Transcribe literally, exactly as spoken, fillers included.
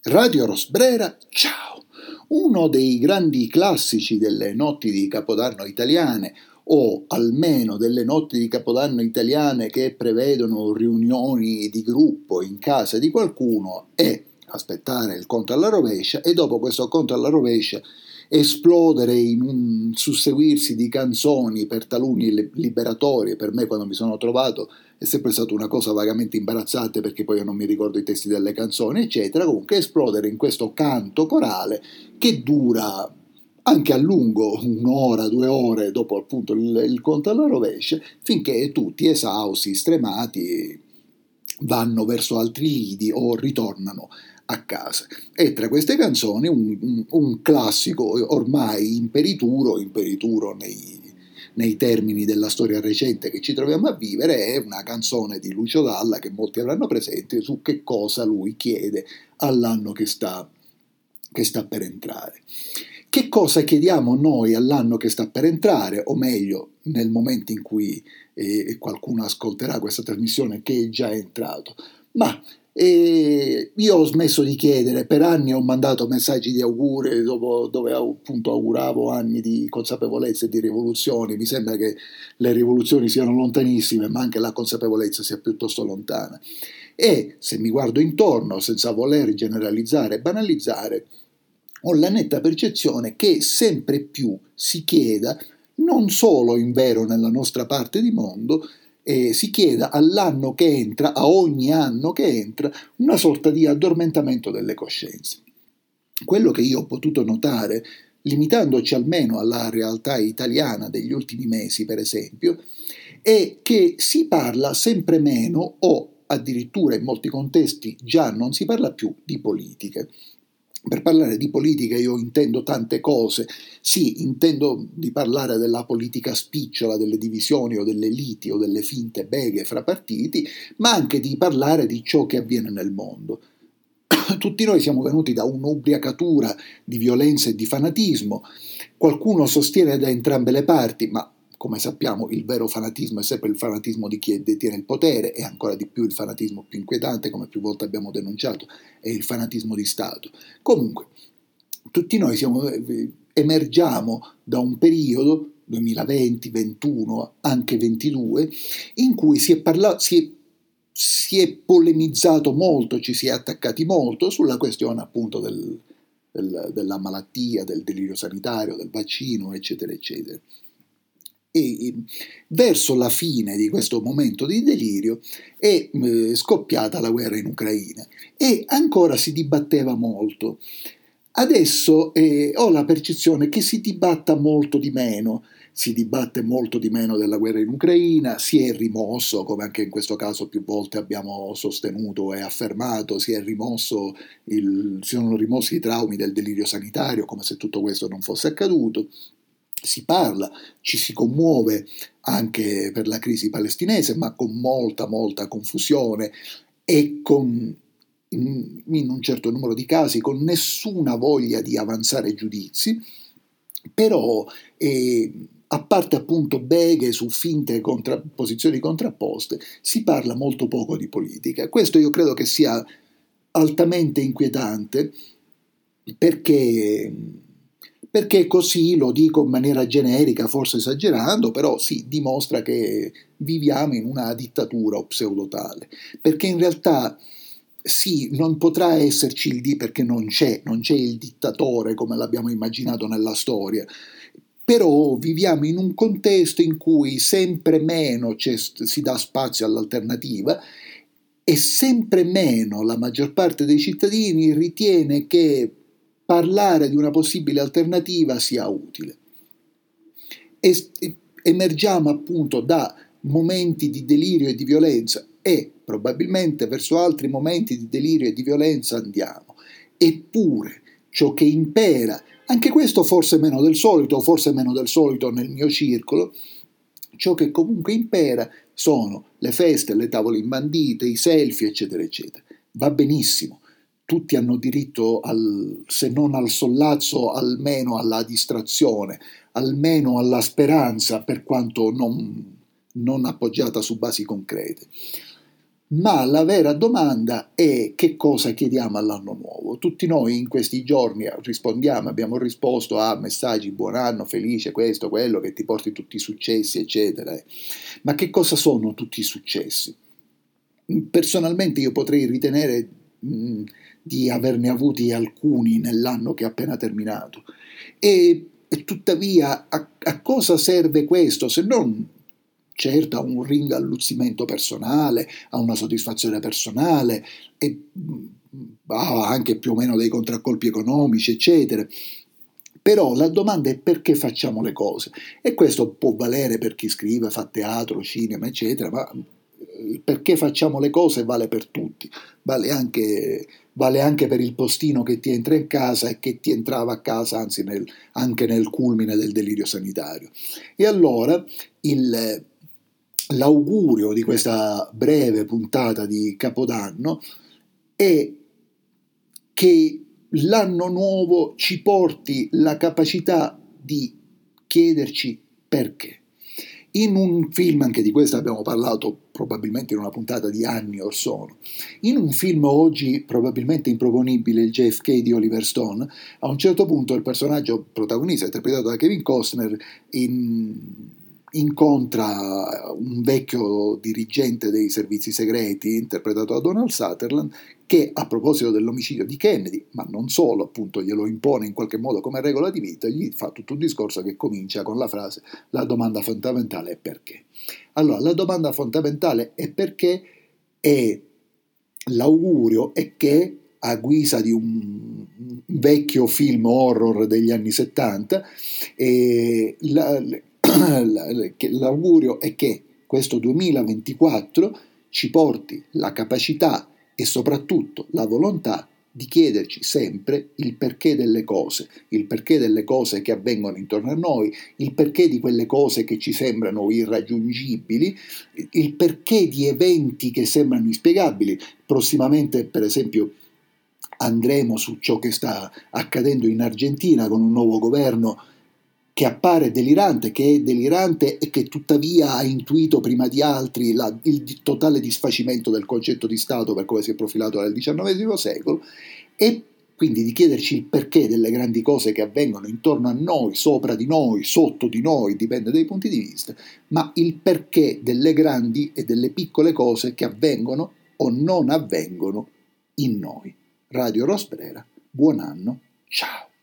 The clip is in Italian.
Radio Rosbrera, ciao! Uno dei grandi classici delle notti di Capodanno italiane, o almeno delle notti di Capodanno italiane che prevedono riunioni di gruppo in casa di qualcuno, è aspettare il conto alla rovescia e dopo questo conto alla rovescia esplodere in un susseguirsi di canzoni per taluni liberatorie. Per me, quando mi sono trovato, è sempre stata una cosa vagamente imbarazzante perché poi io non mi ricordo i testi delle canzoni, eccetera. Comunque esplodere in questo canto corale che dura anche a lungo, un'ora, due ore dopo appunto il, il conto alla rovescia, finché tutti esausti, stremati, vanno verso altri lidi o ritornano a casa. E tra queste canzoni un, un, un classico ormai imperituro, imperituro nei, nei termini della storia recente che ci troviamo a vivere, è una canzone di Lucio Dalla che molti avranno presente su che cosa lui chiede all'anno che sta, che sta per entrare. Che cosa chiediamo noi all'anno che sta per entrare, o meglio, nel momento in cui eh, qualcuno ascolterà questa trasmissione che è già entrato? Ma eh, io ho smesso di chiedere, per anni ho mandato messaggi di auguri dopo, dove appunto auguravo anni di consapevolezza e di rivoluzioni. Mi sembra che le rivoluzioni siano lontanissime, ma anche la consapevolezza sia piuttosto lontana. E se mi guardo intorno, senza voler generalizzare e banalizzare, ho la netta percezione che sempre più si chieda, non solo in vero nella nostra parte di mondo, eh, si chieda all'anno che entra, a ogni anno che entra, una sorta di addormentamento delle coscienze. Quello che io ho potuto notare, limitandoci almeno alla realtà italiana degli ultimi mesi, per esempio, è che si parla sempre meno, o addirittura in molti contesti già non si parla più, di politiche. Per parlare di politica io intendo tante cose. Sì, intendo di parlare della politica spicciola, delle divisioni o delle liti o delle finte beghe fra partiti, ma anche di parlare di ciò che avviene nel mondo. Tutti noi siamo venuti da un'ubriacatura di violenza e di fanatismo. Qualcuno sostiene da entrambe le parti, ma come sappiamo il vero fanatismo è sempre il fanatismo di chi detiene il potere, e ancora di più il fanatismo più inquietante, come più volte abbiamo denunciato, è il fanatismo di Stato. Comunque, tutti noi siamo, emergiamo da un periodo, duemilaventi, ventuno, anche ventidue, in cui si è parlato, si è, si è polemizzato molto, ci si è attaccati molto sulla questione appunto del, del, della malattia, del delirio sanitario, del vaccino, eccetera, eccetera. E verso la fine di questo momento di delirio è eh, scoppiata la guerra in Ucraina e ancora si dibatteva molto. Adesso eh, ho la percezione che si dibatta molto di meno, si dibatte molto di meno della guerra in Ucraina, si è rimosso, come anche in questo caso più volte abbiamo sostenuto e affermato, si è rimosso il, si sono rimossi i traumi del delirio sanitario, come se tutto questo non fosse accaduto. Si parla, ci si commuove anche per la crisi palestinese, ma con molta, molta confusione e con, in, in un certo numero di casi, con nessuna voglia di avanzare giudizi, però eh, a parte appunto beghe su finte contra, posizioni contrapposte, si parla molto poco di politica. Questo io credo che sia altamente inquietante, perché... perché così, lo dico in maniera generica, forse esagerando, però si dimostra che viviamo in una dittatura o pseudotale, perché in realtà sì, non potrà esserci il di perché non c'è, non c'è il dittatore come l'abbiamo immaginato nella storia, però viviamo in un contesto in cui sempre meno si dà spazio all'alternativa e sempre meno la maggior parte dei cittadini ritiene che parlare di una possibile alternativa sia utile. E emergiamo appunto da momenti di delirio e di violenza e probabilmente verso altri momenti di delirio e di violenza andiamo. Eppure ciò che impera, anche questo forse meno del solito, o forse meno del solito nel mio circolo, ciò che comunque impera sono le feste, le tavole imbandite, i selfie, eccetera, eccetera. Va benissimo. Tutti hanno diritto, al, se non al sollazzo, almeno alla distrazione, almeno alla speranza, per quanto non, non appoggiata su basi concrete. Ma la vera domanda è: che cosa chiediamo all'anno nuovo? Tutti noi in questi giorni rispondiamo, abbiamo risposto a messaggi: buon anno, felice, questo, quello, che ti porti tutti i successi, eccetera. Ma che cosa sono tutti i successi? Personalmente io potrei ritenere mh, di averne avuti alcuni nell'anno che è appena terminato. E, e tuttavia a, a cosa serve questo se non certo a un ringalluzzimento personale, a una soddisfazione personale e ha anche più o meno dei contraccolpi economici, eccetera. Però la domanda è: perché facciamo le cose? E questo può valere per chi scrive, fa teatro, cinema, eccetera, ma il perché facciamo le cose vale per tutti, vale anche, vale anche per il postino che ti entra in casa e che ti entrava a casa, anzi nel, anche nel culmine del delirio sanitario. E allora il, l'augurio di questa breve puntata di Capodanno è che l'anno nuovo ci porti la capacità di chiederci perché. In un film, anche di questo abbiamo parlato probabilmente in una puntata di anni or sono, in un film oggi probabilmente improponibile, il J F K di Oliver Stone, a un certo punto il personaggio protagonista, interpretato da Kevin Costner, in, incontra un vecchio dirigente dei servizi segreti, interpretato da Donald Sutherland, che a proposito dell'omicidio di Kennedy, ma non solo, appunto glielo impone in qualche modo come regola di vita, gli fa tutto un discorso che comincia con la frase: la domanda fondamentale è perché. Allora, la domanda fondamentale è perché, e l'augurio è che, a guisa di un vecchio film horror degli anni settanta, eh, la, la, l'augurio è che questo duemilaventiquattro ci porti la capacità e soprattutto la volontà di chiederci sempre il perché delle cose, il perché delle cose che avvengono intorno a noi, il perché di quelle cose che ci sembrano irraggiungibili, il perché di eventi che sembrano inspiegabili. Prossimamente, per esempio, andremo su ciò che sta accadendo in Argentina con un nuovo governo che appare delirante, che è delirante e che tuttavia ha intuito prima di altri la, il totale disfacimento del concetto di Stato per come si è profilato nel diciannovesimo secolo, e quindi di chiederci il perché delle grandi cose che avvengono intorno a noi, sopra di noi, sotto di noi, dipende dai punti di vista, ma il perché delle grandi e delle piccole cose che avvengono o non avvengono in noi. Radio Rosbrera, buon anno, ciao!